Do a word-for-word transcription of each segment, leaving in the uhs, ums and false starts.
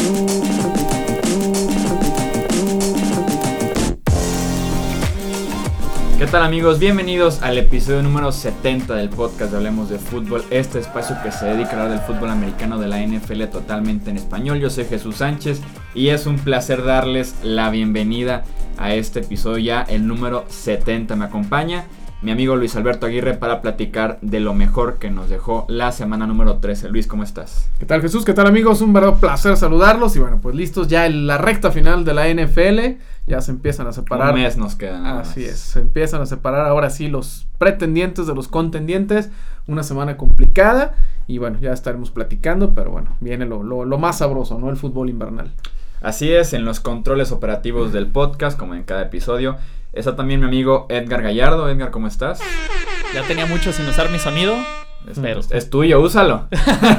¿Qué tal, amigos? Bienvenidos al episodio número setenta del podcast de Hablemos de Fútbol, este espacio que se dedica a hablar del fútbol americano de la N F L totalmente en español. Yo soy Jesús Sánchez y es un placer darles la bienvenida a este episodio ya, el número setenta. Me acompaña mi amigo Luis Alberto Aguirre para platicar de lo mejor que nos dejó la semana número trece. Luis, ¿cómo estás? ¿Qué tal, Jesús? ¿Qué tal, amigos? Un verdadero placer saludarlos y bueno, pues listos ya en la recta final de la N F L. Ya se empiezan a separar. Un mes nos queda nada Así más. es, se empiezan a separar ahora sí los pretendientes de los contendientes. Una semana complicada y bueno, ya estaremos platicando, pero bueno, viene lo, lo, lo más sabroso, ¿no? El fútbol invernal. Así es, en los controles operativos del podcast, como en cada episodio, está también mi amigo Edgar Gallardo. Edgar, ¿cómo estás? Ya tenía mucho sin usar mi sonido. Es, pero, es tuyo, úsalo.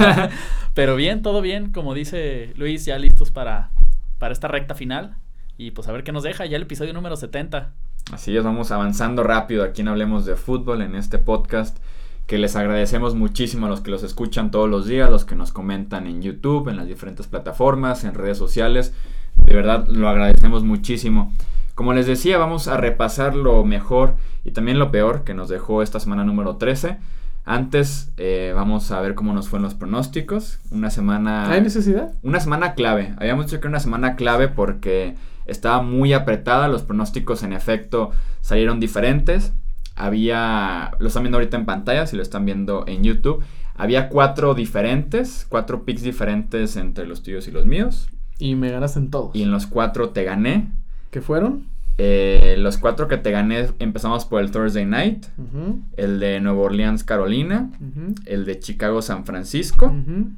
Pero bien, todo bien, como dice Luis, ya listos para, para esta recta final. Y pues a ver qué nos deja ya el episodio número setenta. Así es, vamos avanzando rápido aquí en Hablemos de Fútbol, en este podcast, que les agradecemos muchísimo a los que los escuchan todos los días, los que nos comentan en YouTube, en las diferentes plataformas, en redes sociales. De verdad, lo agradecemos muchísimo. Como les decía, vamos a repasar lo mejor y también lo peor que nos dejó esta semana número trece. Antes, eh, vamos a ver cómo nos fueron los pronósticos. Una semana... ¿Hay necesidad? Una semana clave. Habíamos dicho que era una semana clave porque estaba muy apretada. Los pronósticos, en efecto, salieron diferentes. Había... Lo están viendo ahorita en pantalla, si lo están viendo en YouTube. Había cuatro diferentes, cuatro picks diferentes entre los tuyos y los míos. Y me ganaste en todos. Y en los cuatro te gané. ¿Qué fueron? Eh, los cuatro que te gané, empezamos por el Thursday Night, Uh-huh. el de Nueva Orleans, Carolina, Uh-huh. el de Chicago, San Francisco, Uh-huh.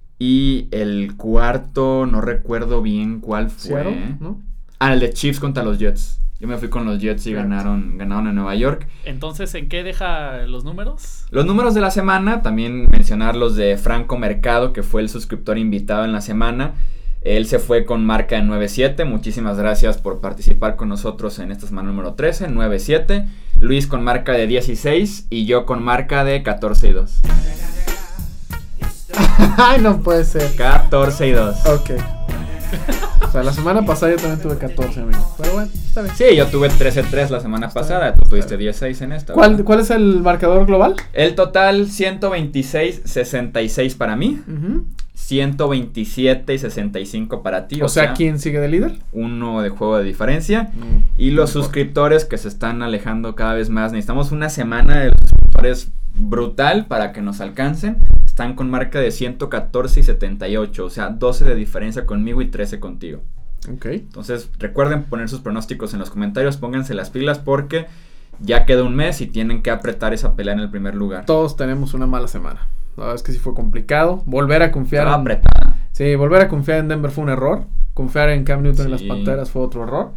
y el cuarto, no recuerdo bien cuál fue. Seattle, ¿no? Ah, el de Chiefs contra los Jets. Yo me fui con los Jets y Correcto. ganaron, ganaron en Nueva York. Entonces, ¿en qué deja los números? Los números de la semana, también mencionar los de Franco Mercado, que fue el suscriptor invitado en la semana. Él se fue con marca de nueve siete. Muchísimas gracias por participar con nosotros en esta semana número trece, nueve siete. Luis con marca de dieciséis y yo con marca de catorce y dos. Ay, no puede ser. catorce y dos. Ok. O sea, la semana pasada yo también tuve catorce, amigo. Pero bueno, está bien. Sí, yo tuve trece tres la semana Está pasada. bien. Tú tuviste dieciséis en esta. ¿Cuál, ¿verdad? ¿Cuál es el marcador global? El total ciento veintiséis sesenta y seis para mí. Uh-huh. ciento veintisiete y sesenta y cinco para ti. O, o sea, sea, ¿quién sigue de líder? Uno de juego de diferencia. Mm, y los no suscriptores que se están alejando cada vez más. Necesitamos una semana de los suscriptores brutal para que nos alcancen. Están con marca de ciento catorce y setenta y ocho. O sea, doce de diferencia conmigo y trece contigo. Ok. Entonces, recuerden poner sus pronósticos en los comentarios. Pónganse las pilas porque ya queda un mes y tienen que apretar esa pelea en el primer lugar. Todos tenemos una mala semana. La verdad es que sí fue complicado. Volver a confiar Estaba en... apretada. Sí, volver a confiar en Denver fue un error. Confiar en Cam Newton Sí. y las Panteras fue otro error.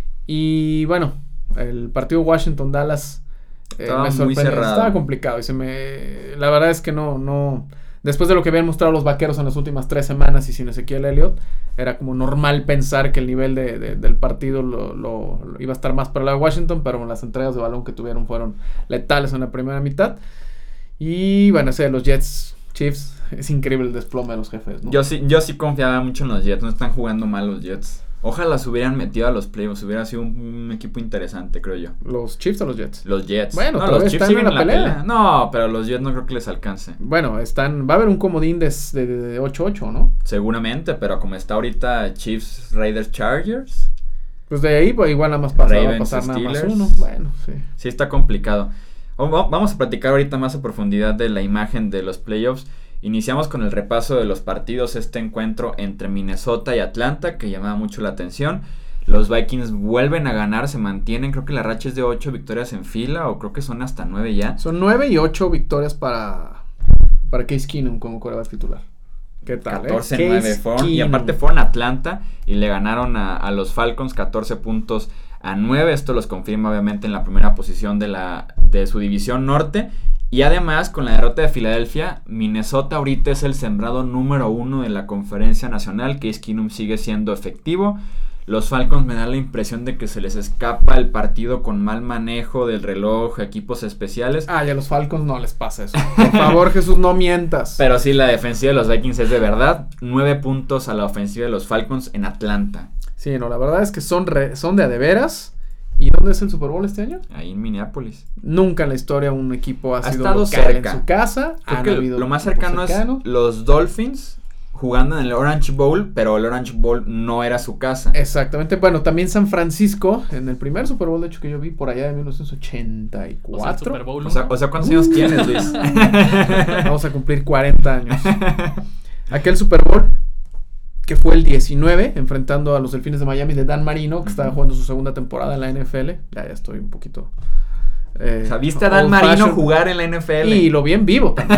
Y bueno, el partido Washington-Dallas eh, Estaba me muy sorprendió. cerrado. Estaba complicado y se me... La verdad es que no, no... Después de lo que habían mostrado los Vaqueros en las últimas tres semanas y sin Ezequiel Elliott, era como normal pensar que el nivel de, de, del partido lo, lo, lo iba a estar más para la de Washington, pero las entregas de balón que tuvieron fueron letales en la primera mitad. Y bueno, ese de los Jets, Chiefs, es increíble el desplome de los jefes, ¿no? Yo sí, yo sí confiaba mucho en los Jets. No están jugando mal los Jets. Ojalá se hubieran metido a los playoffs. Hubiera sido un, un equipo interesante, creo yo. ¿Los Chiefs o los Jets? Los Jets. Bueno, no, todavía los Chiefs están en siguen la pelea. No, pero los Jets no creo que les alcance. Bueno, están, va a haber un comodín de, de, de ocho ocho, ¿no? Seguramente, pero como está ahorita Chiefs, Raiders, Chargers, Pues de ahí pues, igual nada más pasa, va a Ravens, pasar nada más Steelers. uno. Bueno, sí. sí está complicado. Vamos vamos a platicar ahorita más a profundidad de la imagen de los playoffs. Iniciamos con el repaso de los partidos. Este encuentro entre Minnesota y Atlanta, que llamaba mucho la atención. Los Vikings vuelven a ganar, se mantienen. Creo que la racha es de ocho victorias en fila, o creo que son hasta nueve ya. Son nueve y ocho victorias para, para Case Keenum como quarterback titular. ¿Qué tal, catorce eh? nueve fueron, y aparte fueron a Atlanta y le ganaron a, a los Falcons catorce puntos a nueve. Esto los confirma obviamente en la primera posición de, la, de su división norte. Y además, con la derrota de Filadelfia, Minnesota ahorita es el sembrado número uno de la conferencia nacional. Case Keenum sigue siendo efectivo. los Falcons me dan la impresión de que se les escapa el partido con mal manejo del reloj, equipos especiales. Ah, y a los Falcons no les pasa eso. Por favor, Jesús, no mientas. Pero sí, la defensiva de los Vikings es de verdad. Nueve puntos a la ofensiva de los Falcons en Atlanta. Sí, no, la verdad es que son, re, son de a de veras. ¿Y dónde es el Super Bowl este año? Ahí en Minneapolis. Nunca en la historia un equipo ha, ha sido estado local cerca. En su casa. Creo Han que habido lo más cercano cercanos. es los Dolphins jugando en el Orange Bowl, pero el Orange Bowl no era su casa. Exactamente. Bueno, también San Francisco, en el primer Super Bowl, de hecho, que yo vi por allá de mil novecientos ochenta y cuatro. O sea, Super Bowl, o sea, o sea ¿cuántos años uh. tienes, Luis? Vamos a cumplir cuarenta años. Aquel Super Bowl, que fue el diecinueve, enfrentando a los Delfines de Miami de Dan Marino, que uh-huh. estaba jugando su segunda temporada en la N F L. Ya, ya estoy un poquito... Eh, o sea, viste a Dan Marino fashion. jugar en la N F L. Y lo vi en vivo también.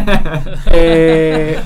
eh...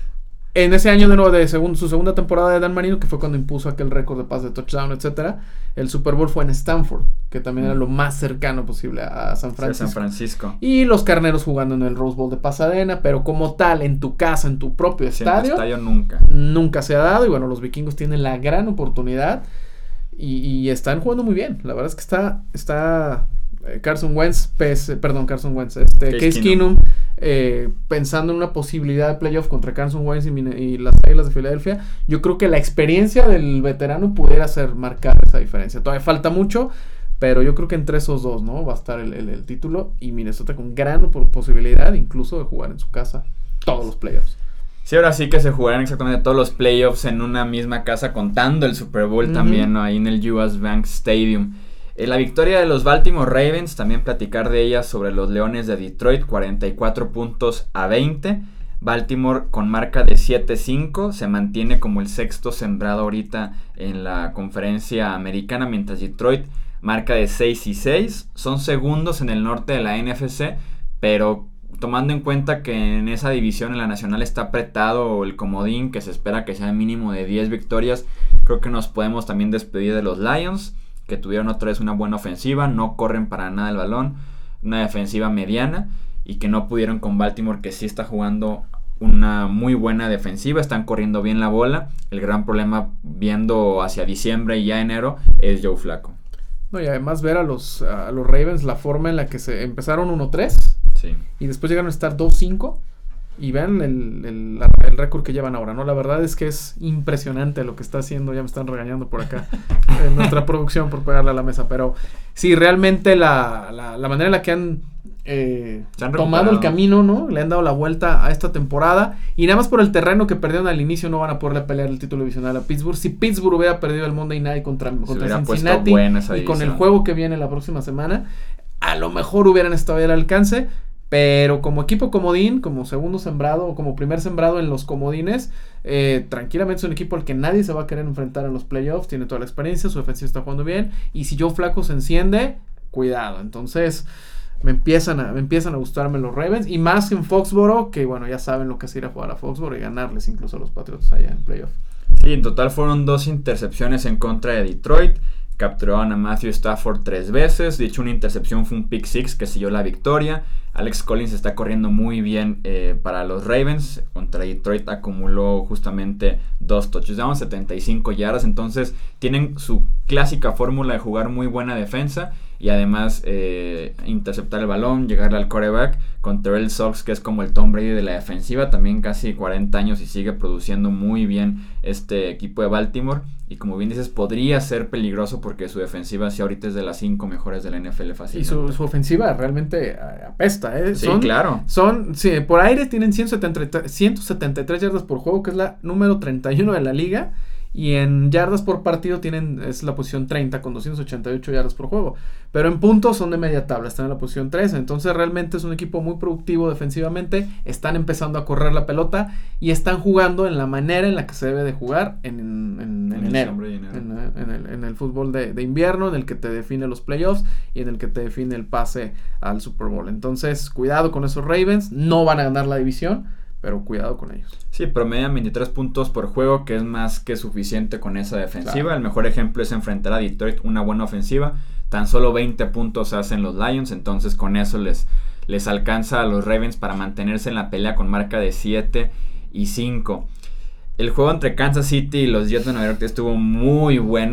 En ese año de nuevo de segun, su segunda temporada de Dan Marino, que fue cuando impuso aquel récord de pase de touchdown, etcétera, el Super Bowl fue en Stanford, que también mm. era lo más cercano posible a San Francisco. Sí, San Francisco. Y los Carneros jugando en el Rose Bowl de Pasadena, pero como tal, en tu casa, en tu propio sí, estadio, estadio nunca. Nunca se ha dado. Y bueno, los vikingos tienen la gran oportunidad y, y están jugando muy bien. La verdad es que está, está eh, Carson Wentz, pes, perdón, Carson Wentz, este, Case, Case Keenum. Eh, pensando en una posibilidad de playoff contra Carson Wentz y, y las Águilas de Filadelfia, yo creo que la experiencia del veterano pudiera hacer marcar esa diferencia. Todavía falta mucho, pero yo creo que entre esos dos, ¿no? Va a estar el, el, el título y Minnesota con gran posibilidad incluso de jugar en su casa todos los playoffs. Sí, ahora sí que se jugarán exactamente todos los playoffs en una misma casa, contando el Super Bowl uh-huh. también, ¿no? Ahí en el U S Bank Stadium. En la victoria de los Baltimore Ravens, también platicar de ella sobre los Leones de Detroit, cuarenta y cuatro puntos a veinte. Baltimore con marca de siete cinco, se mantiene como el sexto sembrado ahorita en la conferencia americana, mientras Detroit marca de seis y seis. Son segundos en el norte de la N F C, pero tomando en cuenta que en esa división en la nacional está apretado el comodín, que se espera que sea mínimo de diez victorias, creo que nos podemos también despedir de los Lions, que tuvieron otra vez una buena ofensiva, no corren para nada el balón, una defensiva mediana, y que no pudieron con Baltimore, que sí está jugando una muy buena defensiva, están corriendo bien la bola. El gran problema, viendo hacia diciembre y ya enero, es Joe Flacco. No, y además ver a los, a los Ravens, la forma en la que se empezaron uno tres, sí. y después llegaron a estar dos cinco, y vean el, el, el récord que llevan ahora, ¿no? La verdad es que es impresionante lo que está haciendo. Ya me están regañando por acá en nuestra producción por pegarle a la mesa. Pero sí, realmente la, la, la manera en la que han, eh, han tomado el camino, ¿no? Le han dado la vuelta a esta temporada. Y nada más por el terreno que perdieron al inicio no van a poderle pelear el título divisional a Pittsburgh. Si Pittsburgh hubiera perdido el Monday Night contra, contra Cincinnati y con el juego que viene la próxima semana, a lo mejor hubieran estado ahí al alcance. Pero como equipo comodín, como segundo sembrado o como primer sembrado en los comodines, eh, tranquilamente es un equipo al que nadie se va a querer enfrentar en los playoffs. Tiene toda la experiencia, su ofensiva está jugando bien. Y si Joe Flacco se enciende, cuidado. Entonces me empiezan a, me empiezan a gustarme los Ravens. Y más en Foxborough, que bueno, ya saben lo que es ir a jugar a Foxborough y ganarles incluso a los Patriots allá en playoff. Sí, en total fueron dos intercepciones en contra de Detroit. Capturaron a Matthew Stafford tres veces. De hecho, una intercepción fue un pick six que selló la victoria. Alex Collins está corriendo muy bien eh, para los Ravens. Contra Detroit acumuló justamente dos touchdowns, setenta y cinco yardas. Entonces tienen su clásica fórmula de jugar muy buena defensa y además eh, interceptar el balón, llegarle al quarterback. Con Terrell Suggs, que es como el Tom Brady de la defensiva, también casi cuarenta años y sigue produciendo muy bien este equipo de Baltimore. Y como bien dices, podría ser peligroso porque su defensiva sí ahorita es de las cinco mejores de la N F L fácilmente. Y su, su ofensiva realmente apesta, ¿eh? Sí, son, claro. Son, sí, por aire tienen ciento setenta y tres yardas por juego, que es la número treinta y uno de la liga. Y en yardas por partido tienen, es la posición treinta con doscientas ochenta y ocho yardas por juego. Pero en puntos son de media tabla, están en la posición trece. Entonces realmente es un equipo muy productivo defensivamente. Están empezando a correr la pelota y están jugando en la manera en la que se debe de jugar en, en, en, en enero. enero. En, en, el, en el fútbol de, de invierno, en el que te define los playoffs y en el que te define el pase al Super Bowl. Entonces cuidado con esos Ravens, no van a ganar la división, pero cuidado con ellos. Sí, promedian veintitrés puntos por juego, que es más que suficiente con esa defensiva. Claro. El mejor ejemplo es enfrentar a Detroit, una buena ofensiva. Tan solo veinte puntos hacen los Lions, entonces con eso les, les alcanza a los Ravens para mantenerse en la pelea con marca de siete y cinco. El juego entre Kansas City y los Jets de Nueva York estuvo muy bueno.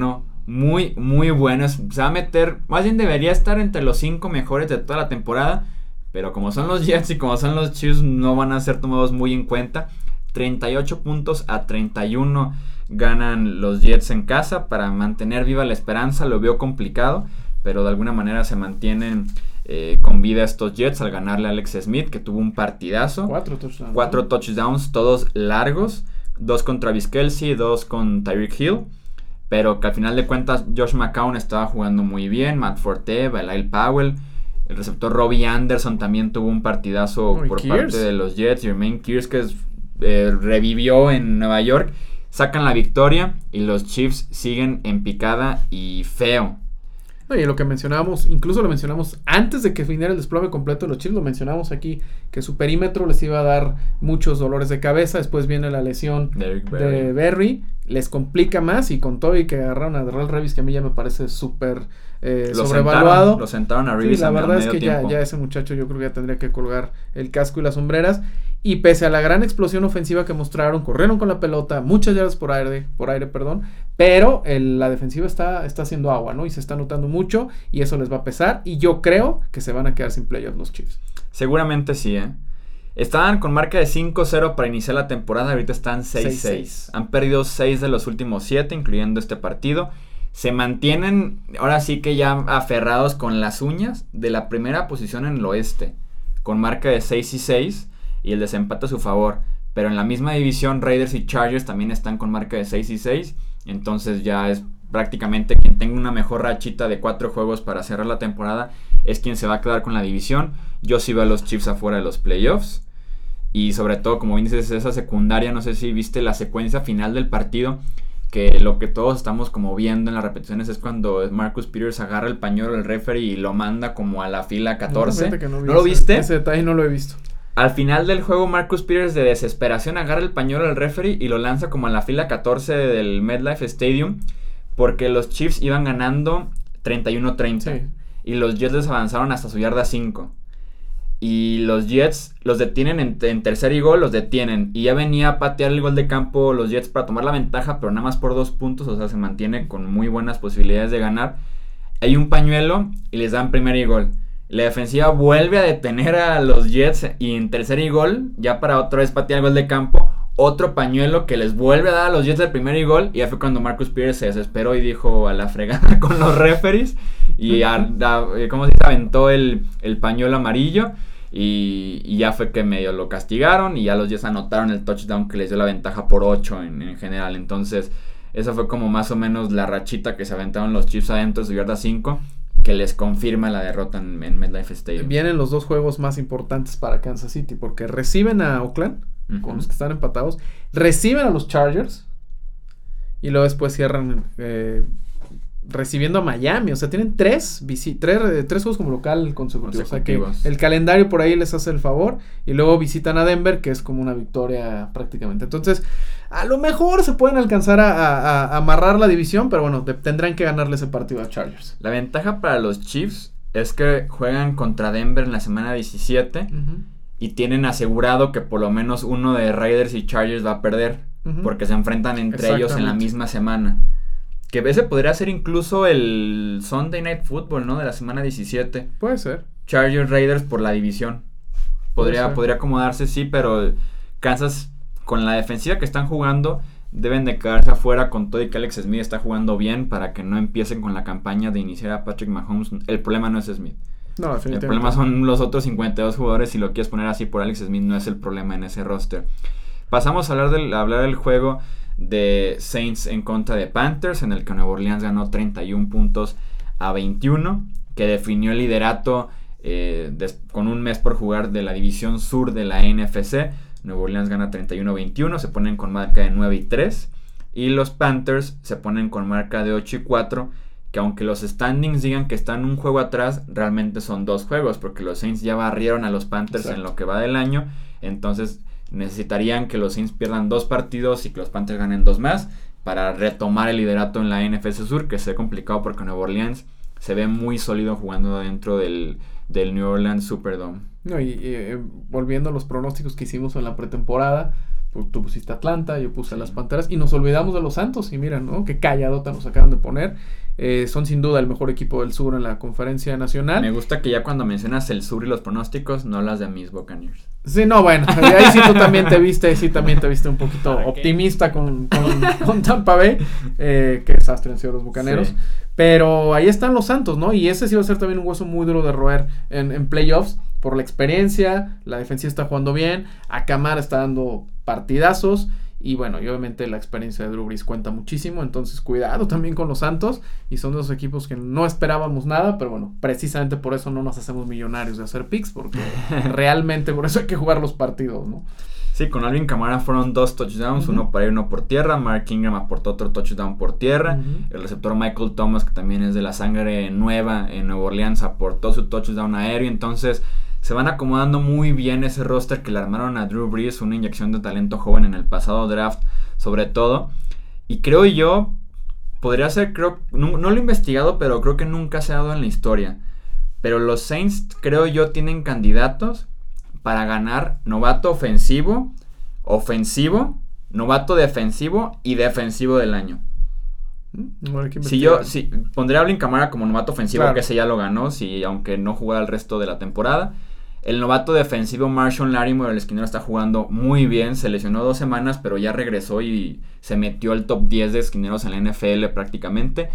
muy, muy bueno. Es, se va a meter, más bien debería estar entre los cinco mejores de toda la temporada. Pero como son los Jets y como son los Chiefs, no van a ser tomados muy en cuenta. treinta y ocho puntos a treinta y uno ganan los Jets en casa para mantener viva la esperanza. Lo veo complicado, pero de alguna manera se mantienen eh, con vida estos Jets al ganarle a Alex Smith, que tuvo un partidazo. Cuatro touchdowns. Cuatro ¿no? touchdowns, todos largos. Dos con Travis Kelce, dos con Tyreek Hill. Pero que al final de cuentas Josh McCown estaba jugando muy bien. Matt Forte, Bilal Powell. El receptor Robbie Anderson también tuvo un partidazo oh, por Kears? parte de los Jets. Jermaine Kears, que es, eh, revivió en Nueva York. Sacan la victoria y los Chiefs siguen en picada y feo. No, y lo que mencionábamos, incluso lo mencionamos antes de que viniera el desplome completo de los Chiefs, lo mencionamos aquí, que su perímetro les iba a dar muchos dolores de cabeza. Después viene la lesión Derrick Berry. de Berry, les complica más, y con todo y que agarraron a Darrell Revis, que a mí ya me parece súper eh, sobrevaluado. Sentaron, lo sentaron a Revis. Sí, la verdad es que ya, ya ese muchacho yo creo que ya tendría que colgar el casco y las sombreras. Y pese a la gran explosión ofensiva que mostraron, corrieron con la pelota, muchas yardas por aire, por aire, perdón, pero el, la defensiva está, está haciendo agua, ¿no? Y se está notando mucho y eso les va a pesar, y yo creo que se van a quedar sin playoffs los Chiefs. Seguramente sí, ¿eh? Estaban con marca de cinco cero para iniciar la temporada, ahorita están seis seis. Han perdido seis de los últimos siete, incluyendo este partido. Se mantienen, ahora sí que ya aferrados con las uñas de la primera posición en el oeste, con marca de seis y seis. Y el desempate a su favor. Pero en la misma división, Raiders y Chargers también están con marca de seis y seis. Entonces ya es prácticamente quien tenga una mejor rachita de cuatro juegos para cerrar la temporada es quien se va a quedar con la división. Yo sí veo a los Chiefs afuera de los playoffs. Y sobre todo, como bien dices, esa secundaria, no sé si viste la secuencia final del partido, que lo que todos estamos como viendo en las repeticiones es cuando Marcus Peters agarra el pañuelo del referee y lo manda como a la fila catorce. No, que no, ¿No lo viste? Ese detalle no lo he visto. Al final del juego, Marcus Peters, de desesperación, agarra el pañuelo del referee y lo lanza como a la fila catorce del MetLife Stadium, porque los Chiefs iban ganando treinta y uno treinta. Sí. Y los Jets les avanzaron hasta su yarda cinco. Y los Jets los detienen en, en tercer y gol, los detienen. Y ya venía a patear el gol de campo los Jets para tomar la ventaja, pero nada más por dos puntos. O sea, se mantiene con muy buenas posibilidades de ganar. Hay un pañuelo y les dan primer y gol. La defensiva vuelve a detener a los Jets y en tercer y gol, ya para otra vez patear el gol de campo, otro pañuelo que les vuelve a dar a los Jets el primer y gol, y ya fue cuando Marcus Peters se desesperó y dijo a la fregada con los referees, y a, a, ¿cómo se dice? Aventó el, el pañuelo amarillo, y, y ya fue que medio lo castigaron, y ya los Jets anotaron el touchdown que les dio la ventaja por ocho en, en general. Entonces esa fue como más o menos la rachita que se aventaron los Chiefs adentro de su yarda cinco, que les confirma la derrota en, en MetLife Stadium. Vienen los dos juegos más importantes para Kansas City, porque reciben a Oakland, uh-huh. con los que están empatados, reciben a los Chargers, y luego después cierran eh, recibiendo a Miami. O sea, tienen tres, visi- tres, eh, tres juegos como local consecutivos. O sea que el calendario por ahí les hace el favor, y luego visitan a Denver, que es como una victoria prácticamente. Entonces, a lo mejor se pueden alcanzar a, a, a amarrar la división, pero bueno, te, tendrán que ganarle ese partido a Chargers. La ventaja para los Chiefs es que juegan contra Denver en la semana diecisiete, uh-huh. y tienen asegurado que por lo menos uno de Raiders y Chargers va a perder, uh-huh. porque se enfrentan entre ellos en la misma semana. Que ese podría ser incluso el Sunday Night Football, ¿no? De la semana diecisiete. Puede ser. Chargers Raiders por la división. Podría, podría acomodarse, sí, pero Kansas, con la defensiva que están jugando, deben de quedarse afuera, con todo y que Alex Smith está jugando bien, para que no empiecen con la campaña de iniciar a Patrick Mahomes. El problema no es Smith. No, definitivamente. El problema son los otros cincuenta y dos jugadores. Si lo quieres poner así, por Alex Smith no es el problema en ese roster. Pasamos a hablar del, a hablar del juego de Saints en contra de Panthers, en el que Nueva Orleans ganó treinta y uno puntos a veintiuno, que definió el liderato eh, des, con un mes por jugar de la división sur de la N F C. Nueva Orleans gana treinta y uno a veintiuno, se ponen con marca de nueve y tres, y los Panthers se ponen con marca de ocho y cuatro, que aunque los standings digan que están un juego atrás, realmente son dos juegos, porque los Saints ya barrieron a los Panthers. Exacto. En lo que va del año. Entonces necesitarían que los Saints pierdan dos partidos y que los Panthers ganen dos más para retomar el liderato en la N F C Sur, que se ve complicado porque Nueva Orleans se ve muy sólido jugando dentro del, del New Orleans Superdome. No, y, y volviendo a los pronósticos que hicimos en la pretemporada, Pues tú pusiste Atlanta, yo puse Sí. a las Panteras y nos olvidamos de los Santos y mira, ¿no? Qué calladota nos acaban de poner. Eh, son sin duda el mejor equipo del sur en la conferencia nacional. Me gusta que ya cuando mencionas el sur y los pronósticos no hablas de mis Buccaneers. Sí, no, bueno, ahí sí tú también te viste, sí también te viste un poquito ¿Para qué? optimista con, con, con Tampa Bay, eh, que desastre han sido los Bucaneros. Sí. Pero ahí están los Santos, ¿no? Y ese sí va a ser también un hueso muy duro de roer en, en playoffs por la experiencia, la defensiva está jugando bien, Akamara está dando partidazos. Y bueno, y obviamente la experiencia de Drew Brees cuenta muchísimo, entonces cuidado también con los Santos, y son dos equipos que no esperábamos nada, pero bueno, precisamente por eso no nos hacemos millonarios de hacer picks, porque realmente por eso hay que jugar los partidos, ¿no? Sí, con Alvin Kamara fueron dos touchdowns, Uh-huh. uno para ir, uno por tierra. Mark Ingram aportó otro touchdown por tierra. Uh-huh. El receptor Michael Thomas, que también es de la sangre nueva en Nueva Orleans, aportó su touchdown aéreo. Entonces se van acomodando muy bien ese roster que le armaron a Drew Brees, una inyección de talento joven en el pasado draft sobre todo. Y creo yo, podría ser, creo, no, no lo he investigado, pero creo que nunca se ha dado en la historia. Pero los Saints, creo yo, tienen candidatos para ganar novato ofensivo, ofensivo, novato defensivo y defensivo del año. Bueno, Si yo si, pondría a Alvin Kamara como novato ofensivo, claro, que ese ya lo ganó, si, aunque no jugara el resto de la temporada. El novato defensivo Marshon Lattimore, el esquinero, está jugando muy bien. Se lesionó dos semanas, pero ya regresó y se metió al top diez de esquineros en la N F L prácticamente.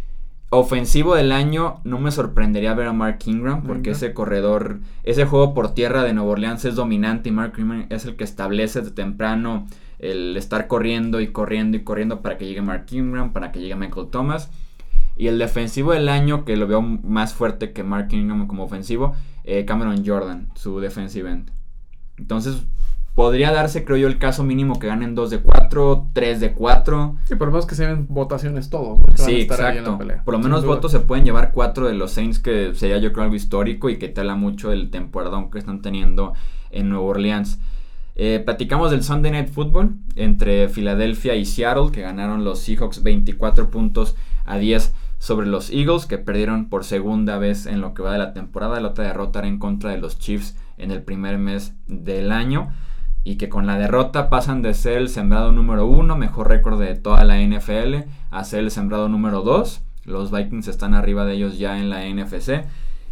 Ofensivo del año, no me sorprendería ver a Mark Ingram, porque Ingram. ese corredor, ese juego por tierra de Nueva Orleans es dominante y Mark Ingram es el que establece de temprano el estar corriendo y corriendo y corriendo para que llegue Mark Ingram, para que llegue Michael Thomas. Y el defensivo del año, que lo veo más fuerte que Mark Ingram como ofensivo, eh, Cameron Jordan, su defensive end. Entonces podría darse, creo yo, el caso mínimo que ganen dos de cuatro, tres de cuatro. Sí, por lo menos que se ven votaciones todos, ¿no? Que van a Sí, estar ahí en la exacto. pelea, Por lo sin menos duda. votos se pueden llevar cuatro de los Saints, que sería yo creo algo histórico y que te habla mucho del temporadón que están teniendo en Nueva Orleans. Eh, platicamos del Sunday Night Football entre Filadelfia y Seattle, que ganaron los Seahawks veinticuatro puntos a diez sobre los Eagles, que perdieron por segunda vez en lo que va de la temporada. La otra derrota era en contra de los Chiefs en el primer mes del año, y que con la derrota pasan de ser el sembrado número uno, mejor récord de toda la N F L, a ser el sembrado número dos. Los Vikings están arriba de ellos ya en la N F C.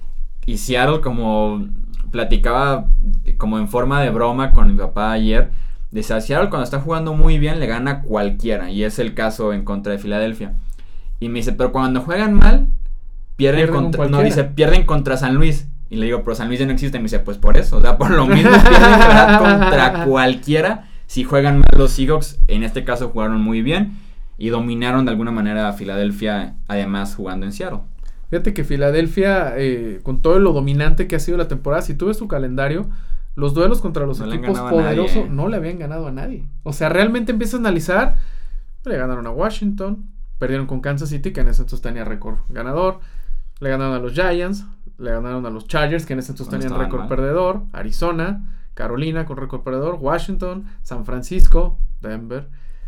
Y Seattle, como platicaba como en forma de broma con mi papá ayer, decía, Seattle cuando está jugando muy bien le gana a cualquiera, y es el caso en contra de Filadelfia. Y me dice, pero cuando juegan mal, pierden, Pierden contra, con no, cualquiera. dice, pierden contra San Luis. Y le digo, pero San Luis ya no existe. Y me dice, pues por eso, o sea, por lo mismo pierden, ¿verdad?, contra cualquiera. Si juegan mal los Seahawks, en este caso jugaron muy bien y dominaron de alguna manera a Filadelfia, además jugando en Seattle. Fíjate que Filadelfia, eh, con todo lo dominante que ha sido la temporada, si tú ves su calendario, los duelos contra los No le han equipos ganado a poderosos nadie. no le habían ganado a nadie. O sea, realmente empiezas a analizar, le ganaron a Washington, perdieron con Kansas City, que en ese entonces tenía récord ganador, le ganaron a los Giants, le ganaron a los Chargers, que en ese entonces No tenían estaban récord mal. perdedor, Arizona, Carolina con récord perdedor, Washington, San Francisco, Denver,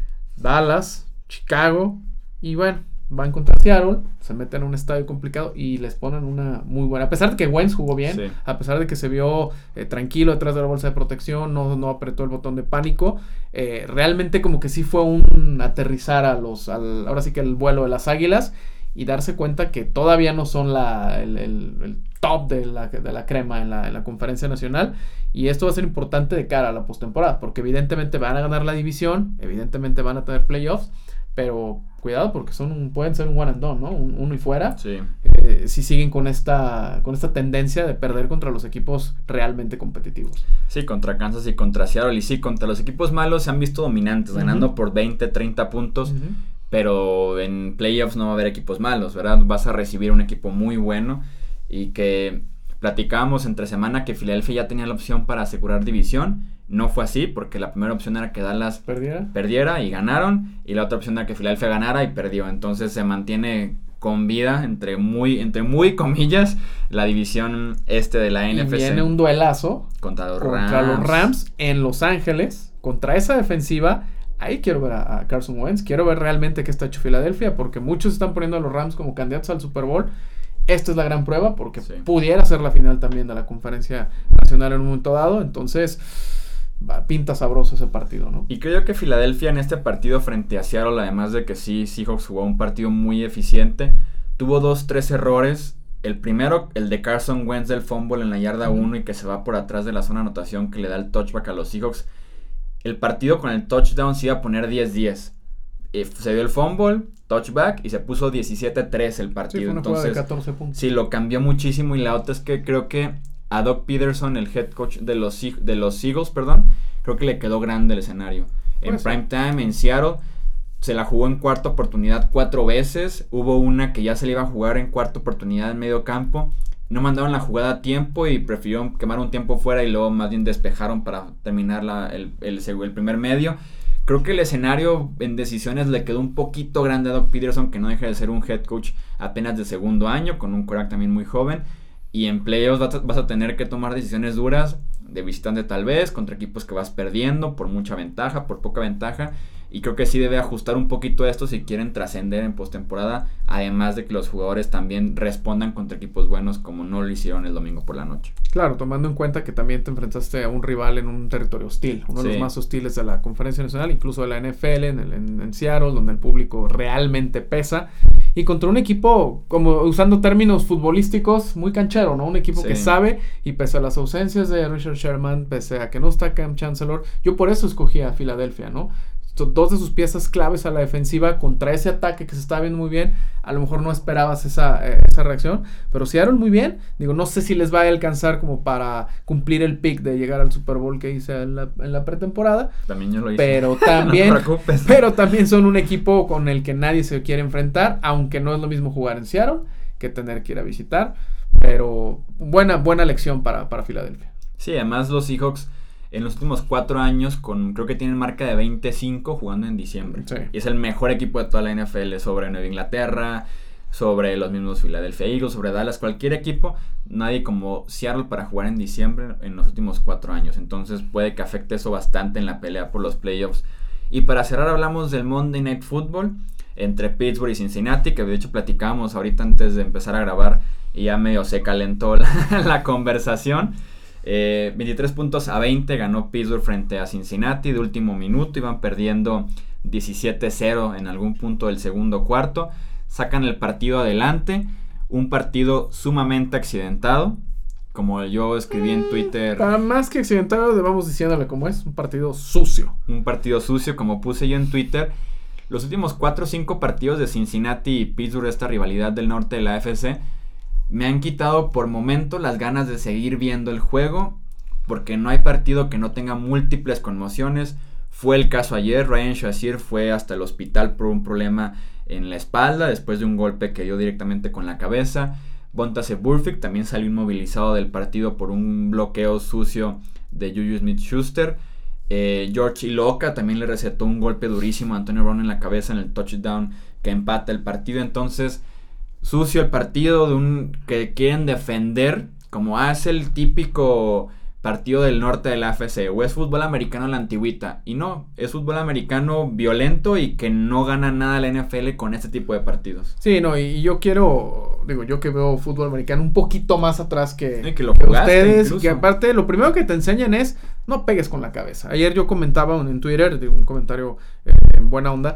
Dallas, Chicago, y bueno, van contra Seattle, se meten a un estadio complicado y les ponen una muy buena, a pesar de que Wentz jugó bien, Sí. a pesar de que se vio eh, tranquilo detrás de la bolsa de protección, no, no apretó el botón de pánico, eh, realmente como que sí fue un aterrizar a los, al, ahora sí que el vuelo de las águilas, y darse cuenta que todavía no son la, el, el, el top de la, de la crema en la, en la conferencia nacional, y esto va a ser importante de cara a la postemporada, porque evidentemente van a ganar la división, evidentemente van a tener playoffs, pero cuidado porque son un, pueden ser un one and done, ¿no? Un, uno y fuera. Sí. Eh, si siguen con esta con esta tendencia de perder contra los equipos realmente competitivos. Sí, contra Kansas y contra Seattle. Y sí, contra los equipos malos se han visto dominantes, Uh-huh. ganando por veinte, treinta puntos. Uh-huh. Pero en playoffs no va a haber equipos malos, ¿verdad? Vas a recibir un equipo muy bueno. Y que platicábamos entre semana que Filadelfia ya tenía la opción para asegurar división. No fue así, porque la primera opción era que Dallas ¿Perdiera? perdiera y ganaron, y la otra opción era que Filadelfia ganara y perdió. Entonces se mantiene con vida, entre muy, entre muy comillas, la división este de la N F C. Y viene un duelazo contra los contra Rams. los Rams en Los Ángeles, contra esa defensiva. Ahí quiero ver a, a Carson Wentz, quiero ver realmente qué está hecho Filadelfia, porque muchos están poniendo a los Rams como candidatos al Super Bowl. Esta es la gran prueba, porque Sí. pudiera ser la final también de la conferencia nacional en un momento dado. Entonces pinta sabroso ese partido, ¿no? Y creo que Filadelfia en este partido frente a Seattle, además de que sí, Seahawks jugó un partido muy eficiente, tuvo dos, tres errores. El primero, el de Carson Wentz del fumble en la yarda uno y que se va por atrás de la zona de anotación que le da el touchback a los Seahawks. El partido con el touchdown se iba a poner diez diez. Se dio el fumble, touchback y se puso diecisiete tres el partido. Sí, fue una Entonces, jugada de catorce puntos. Sí, lo cambió muchísimo. Y la otra es que creo que a Doug Peterson, el head coach de los, de los Eagles, perdón, creo que le quedó grande el escenario. En prime time, en Seattle, se la jugó en cuarta oportunidad cuatro veces. Hubo una que ya se le iba a jugar en cuarta oportunidad en medio campo. No mandaron la jugada a tiempo y prefirieron quemar un tiempo fuera y luego más bien despejaron para terminar la, el, el, el primer medio. Creo que el escenario en decisiones le quedó un poquito grande a Doug Peterson, que no deja de ser un head coach apenas de segundo año, con un quarterback también muy joven. Y en playoffs vas a, vas a tener que tomar decisiones duras, de visitante tal vez, contra equipos que vas perdiendo por mucha ventaja, por poca ventaja. Y creo que sí debe ajustar un poquito esto si quieren trascender en postemporada, además de que los jugadores también respondan contra equipos buenos como no lo hicieron el domingo por la noche. Claro, tomando en cuenta que también te enfrentaste a un rival en un territorio hostil, uno sí. de los más hostiles de la Conferencia Nacional, incluso de la N F L, en, el, en, en Seattle, donde el público realmente pesa, y contra un equipo, como usando términos futbolísticos, muy canchero, ¿no? Un equipo sí. que sabe, y pese a las ausencias de Richard Sherman, pese a que no está Cam Chancellor, yo por eso escogí a Filadelfia, ¿no? Dos de sus piezas claves a la defensiva contra ese ataque que se estaba viendo muy bien. A lo mejor no esperabas esa, eh, esa reacción, pero se dieron muy bien. Digo, no sé si les va a alcanzar como para cumplir el pick de llegar al Super Bowl que hice en la, en la pretemporada. También yo lo hice. Pero también, no te preocupes. Pero también son un equipo con el que nadie se quiere enfrentar, aunque no es lo mismo jugar en Seattle que tener que ir a visitar. Pero buena, buena lección para, para Filadelfia. Sí, además los Seahawks en los últimos cuatro años, con creo que tienen marca de veinticinco jugando en diciembre. Sí. Y es el mejor equipo de toda la N F L sobre Nueva Inglaterra, sobre los mismos Philadelphia Eagles, sobre Dallas, cualquier equipo. Nadie como Seattle para jugar en diciembre en los últimos cuatro años. Entonces puede que afecte eso bastante en la pelea por los playoffs. Y para cerrar hablamos del Monday Night Football entre Pittsburgh y Cincinnati, que de hecho platicábamos ahorita antes de empezar a grabar y ya medio se calentó la, la conversación. Eh, veintitrés puntos a veinte ganó Pittsburgh frente a Cincinnati de último minuto. Iban perdiendo diecisiete cero en algún punto del segundo cuarto. Sacan el partido adelante. Un partido sumamente accidentado, como yo escribí en Twitter. Para más que accidentado, vamos diciéndole cómo es. Un partido sucio. Un partido sucio, como puse yo en Twitter. Los últimos cuatro o cinco partidos de Cincinnati y Pittsburgh, esta rivalidad del norte de la A F C, me han quitado por momento las ganas de seguir viendo el juego, porque no hay partido que no tenga múltiples conmociones. Fue el caso ayer. Ryan Shazier fue hasta el hospital por un problema en la espalda después de un golpe que dio directamente con la cabeza. Vontaze Burfict también salió inmovilizado del partido por un bloqueo sucio de Juju Smith-Schuster. Eh, George Iloka también le recetó un golpe durísimo a Antonio Brown en la cabeza en el touchdown que empata el partido. Entonces, sucio el partido de un que quieren defender como hace el típico partido del norte de la A F C, o es fútbol americano a la antigüita, y no, es fútbol americano violento y que no gana nada la N F L con este tipo de partidos. Sí, no, y yo quiero, digo, yo que veo fútbol americano un poquito más atrás que, sí, que, lo que jugaste, ustedes, incluso. Que aparte lo primero que te enseñan es no pegues con la cabeza. Ayer yo comentaba en Twitter, digo, un comentario eh, en buena onda,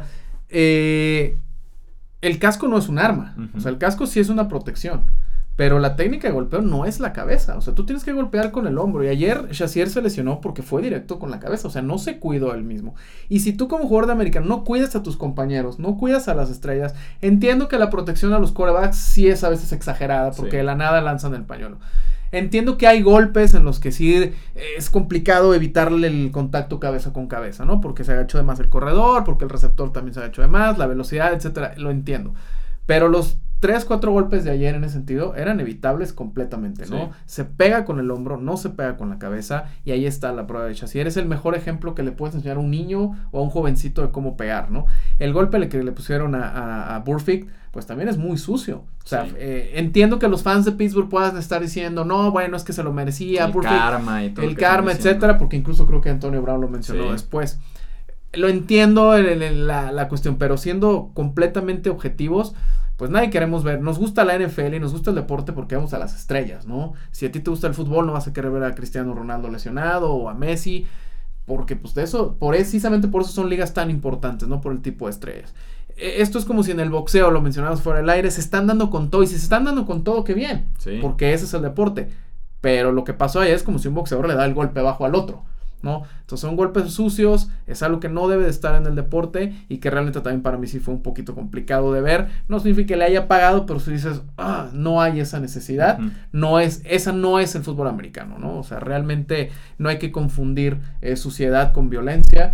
eh, el casco no es un arma, uh-huh. O sea, el casco sí es una protección. Pero la técnica de golpeo no es la cabeza. O sea, tú tienes que golpear con el hombro. Y ayer Shazier se lesionó porque fue directo con la cabeza. O sea, no se cuidó él mismo. Y si tú como jugador de americano no cuidas a tus compañeros, no cuidas a las estrellas, entiendo que la protección a los quarterbacks sí es a veces exagerada porque sí. De la nada lanzan el pañuelo. Entiendo que hay golpes en los que sí es complicado evitarle el contacto cabeza con cabeza, ¿no? Porque se agachó de más el corredor, porque el receptor también se agachó de más, la velocidad, etcétera. Lo entiendo. Pero los tres, cuatro golpes de ayer en ese sentido eran evitables completamente, ¿no? Sí. Se pega con el hombro, no se pega con la cabeza, y ahí está la prueba de Shazier. Es el mejor ejemplo que le puedes enseñar a un niño o a un jovencito de cómo pegar, ¿no? El golpe que le pusieron a, a, a Burfict, pues también es muy sucio. O sea, sí. eh, entiendo que los fans de Pittsburgh puedan estar diciendo, no, bueno, es que se lo merecía. El Burfict, karma y todo. El karma, etcétera, porque incluso creo que Antonio Brown lo mencionó sí. después. Lo entiendo en, en la, la cuestión, pero siendo completamente objetivos, pues nadie queremos ver, nos gusta la N F L y nos gusta el deporte porque vamos a las estrellas, ¿no? Si a ti te gusta el fútbol, no vas a querer ver a Cristiano Ronaldo lesionado o a Messi, porque pues de eso, por precisamente por eso son ligas tan importantes, ¿no? Por el tipo de estrellas. Esto es como si en el boxeo, lo mencionamos fuera del aire, se están dando con todo, y si se están dando con todo, qué bien, sí. porque ese es el deporte, pero lo que pasó ahí es como si un boxeador le da el golpe bajo al otro, ¿no? Entonces son golpes sucios, es algo que no debe de estar en el deporte, y que realmente también para mí sí fue un poquito complicado de ver. No significa que le haya pagado, pero si dices, ah, no hay esa necesidad, uh-huh. no es, esa no es el fútbol americano, ¿no? O sea, realmente no hay que confundir eh, suciedad con violencia,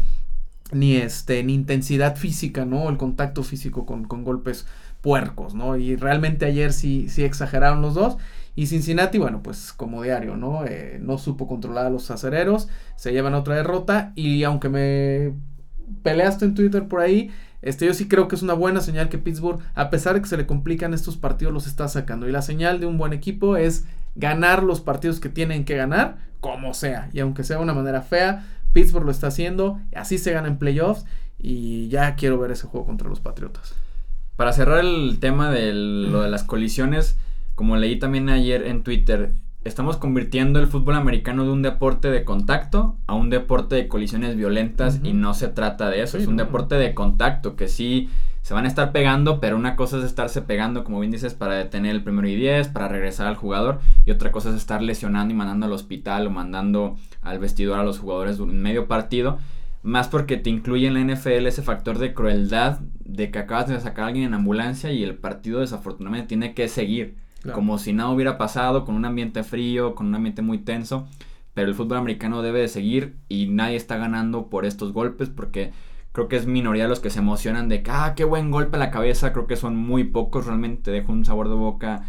ni este, ni intensidad física, ¿no? El contacto físico con, con golpes puercos, ¿no? Y realmente ayer sí, sí exageraron los dos. Y Cincinnati, bueno, pues como diario, ¿no? Eh, no supo controlar a los acereros, se llevan otra derrota, y aunque me peleaste en Twitter por ahí, este, yo sí creo que es una buena señal que Pittsburgh, a pesar de que se le complican estos partidos, los está sacando. Y la señal de un buen equipo es ganar los partidos que tienen que ganar, como sea. Y aunque sea de una manera fea, Pittsburgh lo está haciendo, así se gana en playoffs, y ya quiero ver ese juego contra los Patriotas. Para cerrar el tema de lo de las colisiones, como leí también ayer en Twitter, estamos convirtiendo el fútbol americano de un deporte de contacto a un deporte de colisiones violentas, uh-huh. y no se trata de eso, sí, es un no. deporte de contacto, que sí se van a estar pegando, pero una cosa es estarse pegando, como bien dices, para detener el primero y diez, para regresar al jugador, y otra cosa es estar lesionando y mandando al hospital o mandando al vestidor a los jugadores en medio partido, más porque te incluye en la N F L ese factor de crueldad de que acabas de sacar a alguien en ambulancia y el partido desafortunadamente tiene que seguir, claro. como si nada hubiera pasado, con un ambiente frío, con un ambiente muy tenso, pero el fútbol americano debe de seguir y nadie está ganando por estos golpes, porque creo que es minoría los que se emocionan de que, ah, qué buen golpe a la cabeza. Creo que son muy pocos, realmente te deja un sabor de boca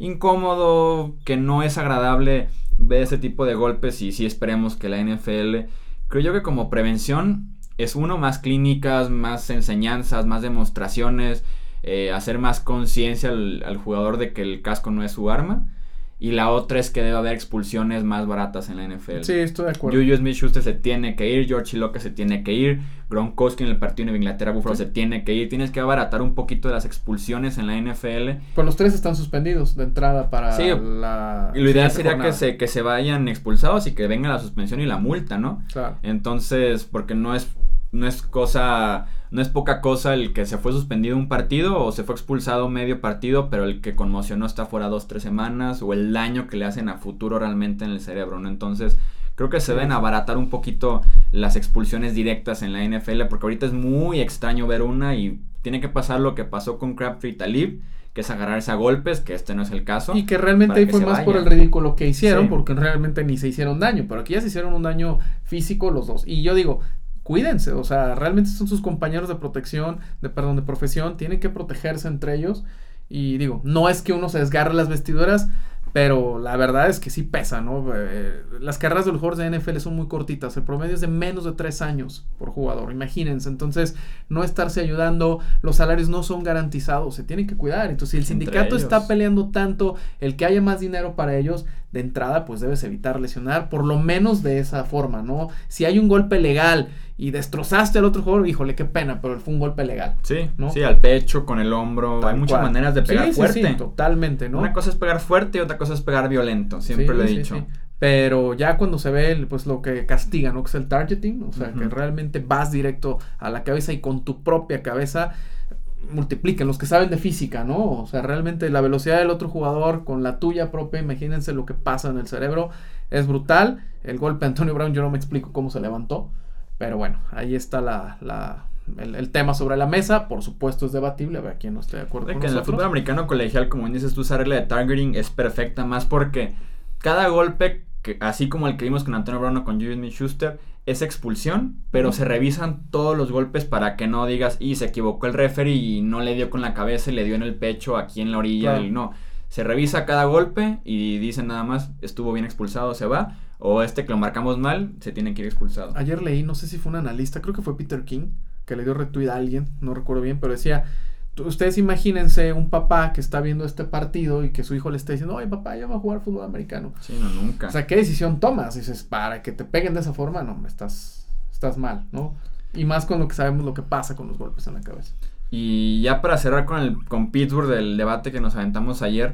incómodo, que no es agradable ver ese tipo de golpes, y sí esperemos que la N F L, creo yo que como prevención, es uno, más clínicas, más enseñanzas, más demostraciones, eh, hacer más conciencia al, al jugador de que el casco no es su arma. Y la otra es que debe haber expulsiones más baratas en la N F L. Sí, estoy de acuerdo. Juju Smith-Schuster se tiene que ir, George Iloka se tiene que ir, Gronkowski en el partido de Nueva Inglaterra Buffalo sí. se tiene que ir. Tienes que abaratar un poquito de las expulsiones en la N F L. Pues los tres están suspendidos de entrada para sí, la... Y lo ideal sería jornada. que se, que se vayan expulsados y que venga la suspensión y la multa, ¿no? Claro. Entonces, porque no es... No es cosa, no es poca cosa el que se fue suspendido un partido o se fue expulsado medio partido, pero el que conmocionó está fuera dos, tres semanas, o el daño que le hacen a futuro realmente en el cerebro, ¿no? Entonces, creo que se deben abaratar un poquito las expulsiones directas en la N F L, porque ahorita es muy extraño ver una, y tiene que pasar lo que pasó con Crabtree y Talib, que es agarrarse a golpes, que este no es el caso. Y que realmente ahí fue más vaya. por el ridículo que hicieron, sí. porque realmente ni se hicieron daño, pero aquí ya se hicieron un daño físico los dos. Y yo digo, cuídense, o sea, realmente son sus compañeros de protección, de perdón, de profesión, tienen que protegerse entre ellos. Y digo, no es que uno se desgarre las vestiduras, pero la verdad es que sí pesa, ¿no? Eh, las carreras de los jugadores de N F L son muy cortitas, el promedio es de menos de tres años por jugador, imagínense. Entonces, no estarse ayudando, los salarios no son garantizados, se tienen que cuidar. Entonces, si el sindicato está peleando tanto, el que haya más dinero para ellos, de entrada, pues debes evitar lesionar, por lo menos de esa forma, ¿no? Si hay un golpe legal y destrozaste al otro jugador, híjole, qué pena, pero fue un golpe legal. Sí, ¿no? Sí, al pecho, con el hombro, Tal hay muchas cual. maneras de pegar sí, fuerte. Sí, sí, totalmente, ¿no? Una cosa es pegar fuerte y otra cosa es pegar violento, siempre sí, lo he sí, dicho. Sí. Pero ya cuando se ve, el, pues lo que castiga, ¿no? Que es el targeting, o sea, uh-huh. que realmente vas directo a la cabeza y con tu propia cabeza multipliquen, los que saben de física, ¿no? O sea, realmente la velocidad del otro jugador con la tuya propia, imagínense lo que pasa en el cerebro, es brutal. El golpe de Antonio Brown, yo no me explico cómo se levantó, pero bueno, ahí está la, la el, el tema sobre la mesa. Por supuesto es debatible, a ver quién no esté de acuerdo de con que nosotros. En el fútbol americano colegial, como dices tú, esa regla de targeting es perfecta, más porque cada golpe, que, así como el que vimos con Antonio Brown o con Juju Smith-Schuster, es expulsión, pero uh-huh. se revisan todos los golpes para que no digas, y se equivocó el referee y no le dio con la cabeza y le dio en el pecho aquí en la orilla. Claro. Y no, se revisa cada golpe y dicen nada más, estuvo bien expulsado, se va, o este que lo marcamos mal, se tiene que ir expulsado. Ayer leí, no sé si fue un analista, creo que fue Peter King, que le dio retweet a alguien, no recuerdo bien, pero decía, ustedes imagínense un papá que está viendo este partido y que su hijo le está diciendo, oye papá, ya va a jugar fútbol americano. Sí, no, nunca. O sea, ¿qué decisión tomas? Dices, para que te peguen de esa forma, no, estás, estás mal, ¿no? Y más con lo que sabemos lo que pasa con los golpes en la cabeza. Y ya para cerrar con el con Pittsburgh del debate que nos aventamos ayer,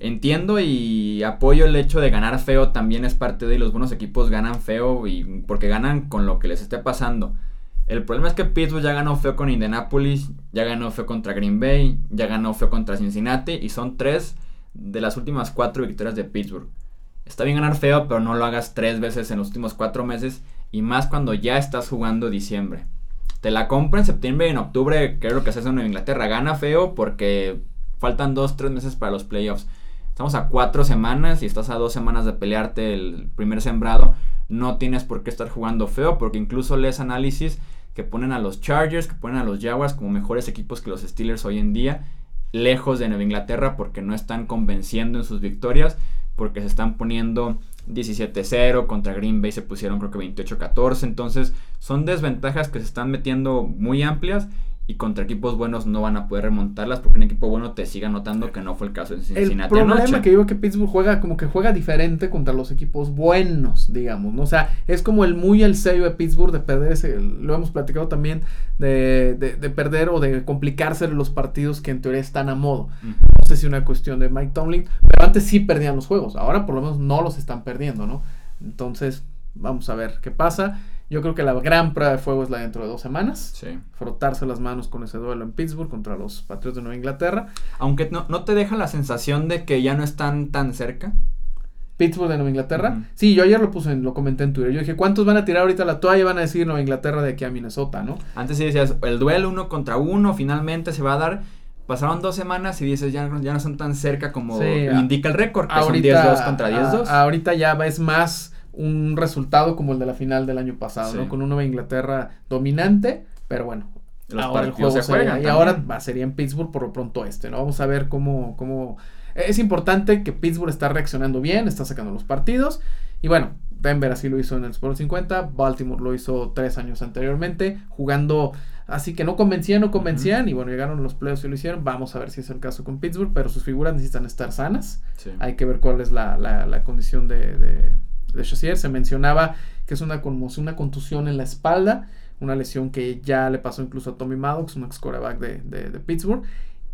entiendo y apoyo el hecho de ganar feo, también es parte de, y los buenos equipos ganan feo y porque ganan con lo que les esté pasando. El problema es que Pittsburgh ya ganó feo con Indianapolis, ya ganó feo contra Green Bay, ya ganó feo contra Cincinnati y son tres de las últimas cuatro victorias de Pittsburgh. Está bien ganar feo, pero no lo hagas tres veces en los últimos cuatro meses y más cuando ya estás jugando diciembre. Te la compro en septiembre y en octubre, que es lo que se hace en Nueva Inglaterra. Gana feo porque faltan dos, tres meses para los playoffs. Estamos a cuatro semanas y estás a dos semanas de pelearte el primer sembrado. No tienes por qué estar jugando feo porque incluso lees análisis que ponen a los Chargers, que ponen a los Jaguars como mejores equipos que los Steelers hoy en día, lejos de Nueva Inglaterra porque no están convenciendo en sus victorias, porque se están poniendo diecisiete cero, contra Green Bay se pusieron creo que veintiocho catorce, entonces son desventajas que se están metiendo muy amplias y contra equipos buenos no van a poder remontarlas porque un equipo bueno te siga notando que no fue el caso en Cincinnati. El problema anoche. que digo que Pittsburgh juega como que juega diferente contra los equipos buenos, digamos, ¿no? O sea, es como el muy el sello de Pittsburgh de perder ese, lo hemos platicado también, de, de, de perder o de complicarse los partidos que en teoría están a modo. Uh-huh. No sé si una cuestión de Mike Tomlin, pero antes sí perdían los juegos, ahora por lo menos no los están perdiendo, ¿no? Entonces, vamos a ver qué pasa. Yo creo que la gran prueba de fuego es la dentro de dos semanas. Sí. Frotarse las manos con ese duelo en Pittsburgh contra los Patriots de Nueva Inglaterra. Aunque no, no te deja la sensación de que ya no están tan cerca. Pittsburgh de Nueva Inglaterra. Uh-huh. Sí, yo ayer lo puse, lo comenté en Twitter. Yo dije, ¿cuántos van a tirar ahorita la toalla y van a decir Nueva Inglaterra de aquí a Minnesota, no? Antes sí decías, el duelo uno contra uno finalmente se va a dar. Pasaron dos semanas y dices, ya, ya no son tan cerca como sí, indica el récord, que ahorita, son diez dos contra diez dos. A, ahorita ya es más un resultado como el de la final del año pasado, sí. ¿no? Con una Nueva Inglaterra dominante, pero bueno, los ahora el juego se juega y ahora va, sería en Pittsburgh por lo pronto este, ¿no? Vamos a ver cómo, cómo... Es importante que Pittsburgh está reaccionando bien, está sacando los partidos y bueno, Denver así lo hizo en el Super Bowl cincuenta, Baltimore lo hizo tres años anteriormente, jugando así que no convencían, no convencían, uh-huh. y bueno, llegaron los playoffs y lo hicieron. Vamos a ver si es el caso con Pittsburgh, pero sus figuras necesitan estar sanas, sí. Hay que ver cuál es la, la, la condición de... de de Shazier. Se mencionaba que es una, una contusión en la espalda, una lesión que ya le pasó incluso a Tommy Maddox, un ex quarterback de, de, de Pittsburgh,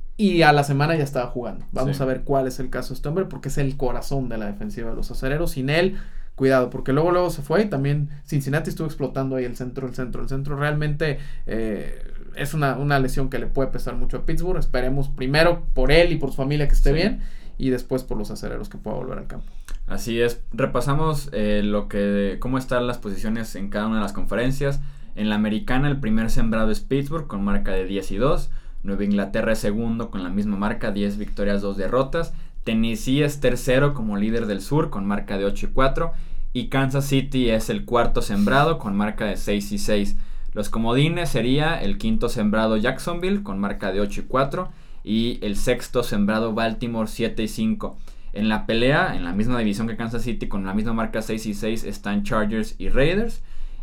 y a la semana ya estaba jugando. Vamos sí. a ver cuál es el caso de este hombre, porque es el corazón de la defensiva de los acereros. Sin él, cuidado, porque luego luego se fue y también Cincinnati estuvo explotando ahí el centro, el centro, el centro. Realmente eh, es una, una lesión que le puede pesar mucho a Pittsburgh. Esperemos primero por él y por su familia que esté sí. bien, y después por los acereros que pueda volver al campo. Así es, repasamos eh, lo que cómo están las posiciones en cada una de las conferencias. En la americana el primer sembrado es Pittsburgh con marca de diez y dos, Nueva Inglaterra es segundo con la misma marca, diez victorias, dos derrotas, Tennessee es tercero como líder del sur con marca de ocho y cuatro y Kansas City es el cuarto sembrado con marca de seis y seis. Los comodines sería el quinto sembrado Jacksonville con marca de ocho y cuatro y el sexto sembrado Baltimore siete y cinco. En la pelea, en la misma división que Kansas City, con la misma marca seis y seis, están Chargers y Raiders.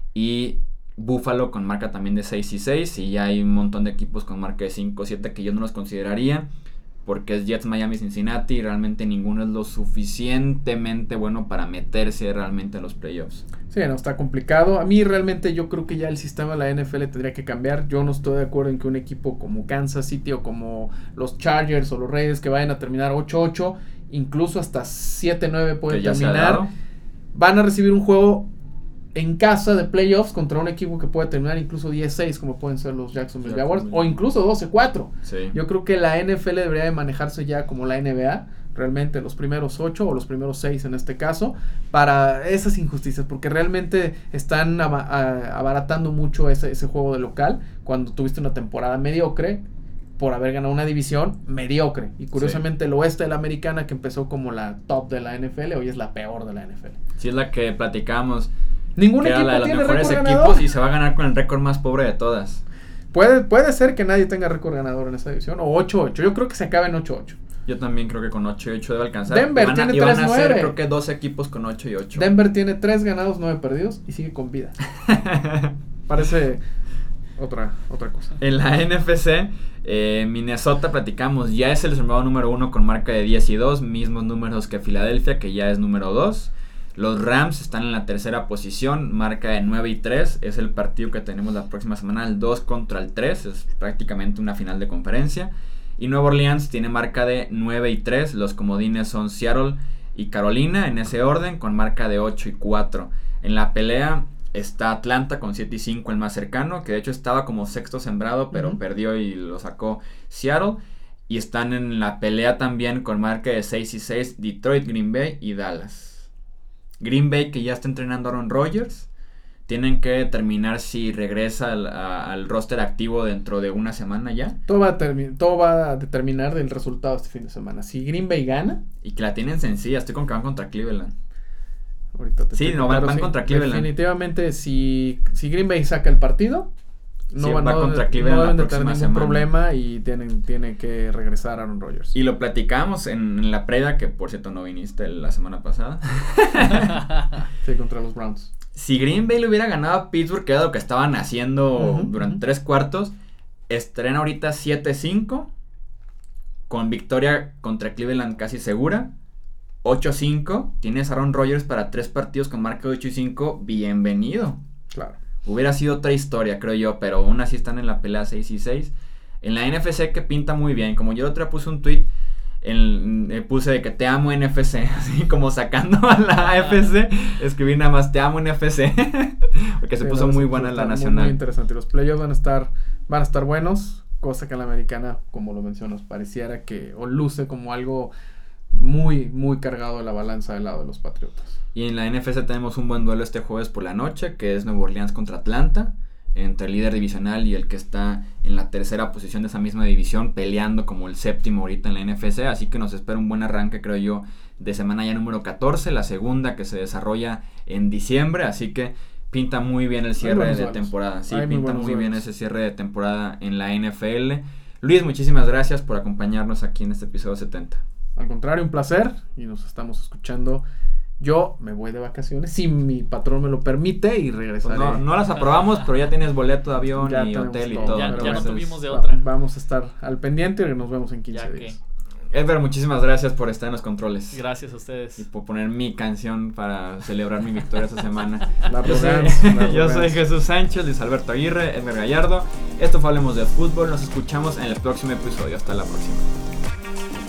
Y Buffalo con marca también de seis y seis. Y ya hay un montón de equipos con marca de cinco y siete que yo no los consideraría, porque es Jets, Miami, Cincinnati. Y realmente ninguno es lo suficientemente bueno para meterse realmente en los playoffs. Sí, no, está complicado. A mí realmente yo creo que ya el sistema de la N F L tendría que cambiar. Yo no estoy de acuerdo en que un equipo como Kansas City o como los Chargers o los Raiders que vayan a terminar ocho ocho, incluso hasta siete nueve pueden terminar, van a recibir un juego en casa de playoffs contra un equipo que puede terminar incluso diez seis como pueden ser los Jacksonville Jaguars o incluso doce cuatro. Sí. Yo creo que la N F L debería de manejarse ya como la N B A, realmente los primeros ocho o los primeros seis en este caso, para esas injusticias, porque realmente están ab- a- abaratando mucho ese, ese juego de local cuando tuviste una temporada mediocre por haber ganado una división mediocre. Y curiosamente sí. el oeste de la americana, que empezó como la top de la N F L, hoy es la peor de la N F L. Sí, es la que platicamos. Ningún que equipo era la de tiene los mejores récord equipos ganador. Y se va a ganar con el récord más pobre de todas. Puede, puede ser que nadie tenga récord ganador en esa división, o ocho ocho. Yo creo que se acaba en ocho ocho. Yo también creo que con ocho y ocho debe alcanzar. Denver a, tiene y van tres a ser, nueve. creo que dos equipos con ocho y ocho. Denver tiene tres ganados, nueve perdidos y sigue con vida. Parece otra, otra cosa. En la N F C, eh, Minnesota, platicamos, ya es el sembrado número uno con marca de diez y dos, mismos números que Filadelfia, que ya es número dos. Los Rams están en la tercera posición, marca de nueve y tres, es el partido que tenemos la próxima semana, el dos contra el tres, es prácticamente una final de conferencia. Y Nueva Orleans tiene marca de nueve y tres. Los comodines son Seattle y Carolina en ese orden, con marca de ocho y cuatro. En la pelea está Atlanta con siete y cinco, el más cercano, que de hecho estaba como sexto sembrado, pero uh-huh. perdió y lo sacó Seattle. Y están en la pelea también con marca de seis y seis Detroit, Green Bay y Dallas. Green Bay, que ya está entrenando a Aaron Rodgers. Tienen que determinar si regresa al, a, al roster activo dentro de una semana ya. Todo va, a termi- todo va a determinar del resultado este fin de semana. Si Green Bay gana. Y que la tienen sencilla. Estoy con que van contra Cleveland. Ahorita te sí, no, van, van sí, contra Cleveland. Definitivamente, si, si Green Bay saca el partido, no, sí, van, va no, contra Cleveland no deben la de tener ningún semana. problema y tienen, tiene que regresar Aaron Rodgers. Y lo platicamos en, en la previa, que por cierto no viniste la semana pasada. Sí, contra los Browns. Si Green Bay le hubiera ganado a Pittsburgh, que era lo que estaban haciendo uh-huh, durante uh-huh. tres cuartos, estarían ahorita siete cinco, con victoria contra Cleveland casi segura. ocho cinco, tienes a Aaron Rodgers para tres partidos con marca de ocho y cinco, bienvenido. Claro. Hubiera sido otra historia, creo yo, pero aún así están en la pelea seis y seis. En la N F C, que pinta muy bien, como yo otra puse un tweet, en, eh, puse de que te amo N F C, así como sacando a la A F C, escribí nada más te amo N F C, porque se sí, puso muy buena la nacional. Muy, muy interesante, los playoffs van a estar, van a estar buenos, cosa que en la americana, como lo mencionas, pareciera que, o luce como algo muy, muy cargado de la balanza del lado de los Patriotas. Y en la N F C tenemos un buen duelo este jueves por la noche, que es Nueva Orleans contra Atlanta, entre el líder divisional y el que está en la tercera posición de esa misma división, peleando como el séptimo ahorita en la N F C, así que nos espera un buen arranque, creo yo, de semana ya número catorce, la segunda que se desarrolla en diciembre, así que pinta muy bien el cierre de duelos. temporada, sí, Hay pinta muy, muy bien ese cierre de temporada en la N F L. Luis, muchísimas gracias por acompañarnos aquí en este episodio setenta. Al contrario, un placer, y nos estamos escuchando. Yo me voy de vacaciones, si mi patrón me lo permite, y regresaré. Pues no, no las aprobamos, pero ya tienes boleto de avión ya y hotel y todo. todo. Ya, ya no tuvimos de va, otra. Vamos a estar al pendiente y nos vemos en quince ya días. Que... Edgar, muchísimas gracias por estar en los controles. Gracias a ustedes. Y por poner mi canción para celebrar mi victoria esta semana. La yo, soy, la yo soy Jesús Sánchez, Luis Alberto Aguirre, Edgar Gallardo. Esto fue Hablemos de Fútbol. Nos escuchamos en el próximo episodio. Hasta la próxima.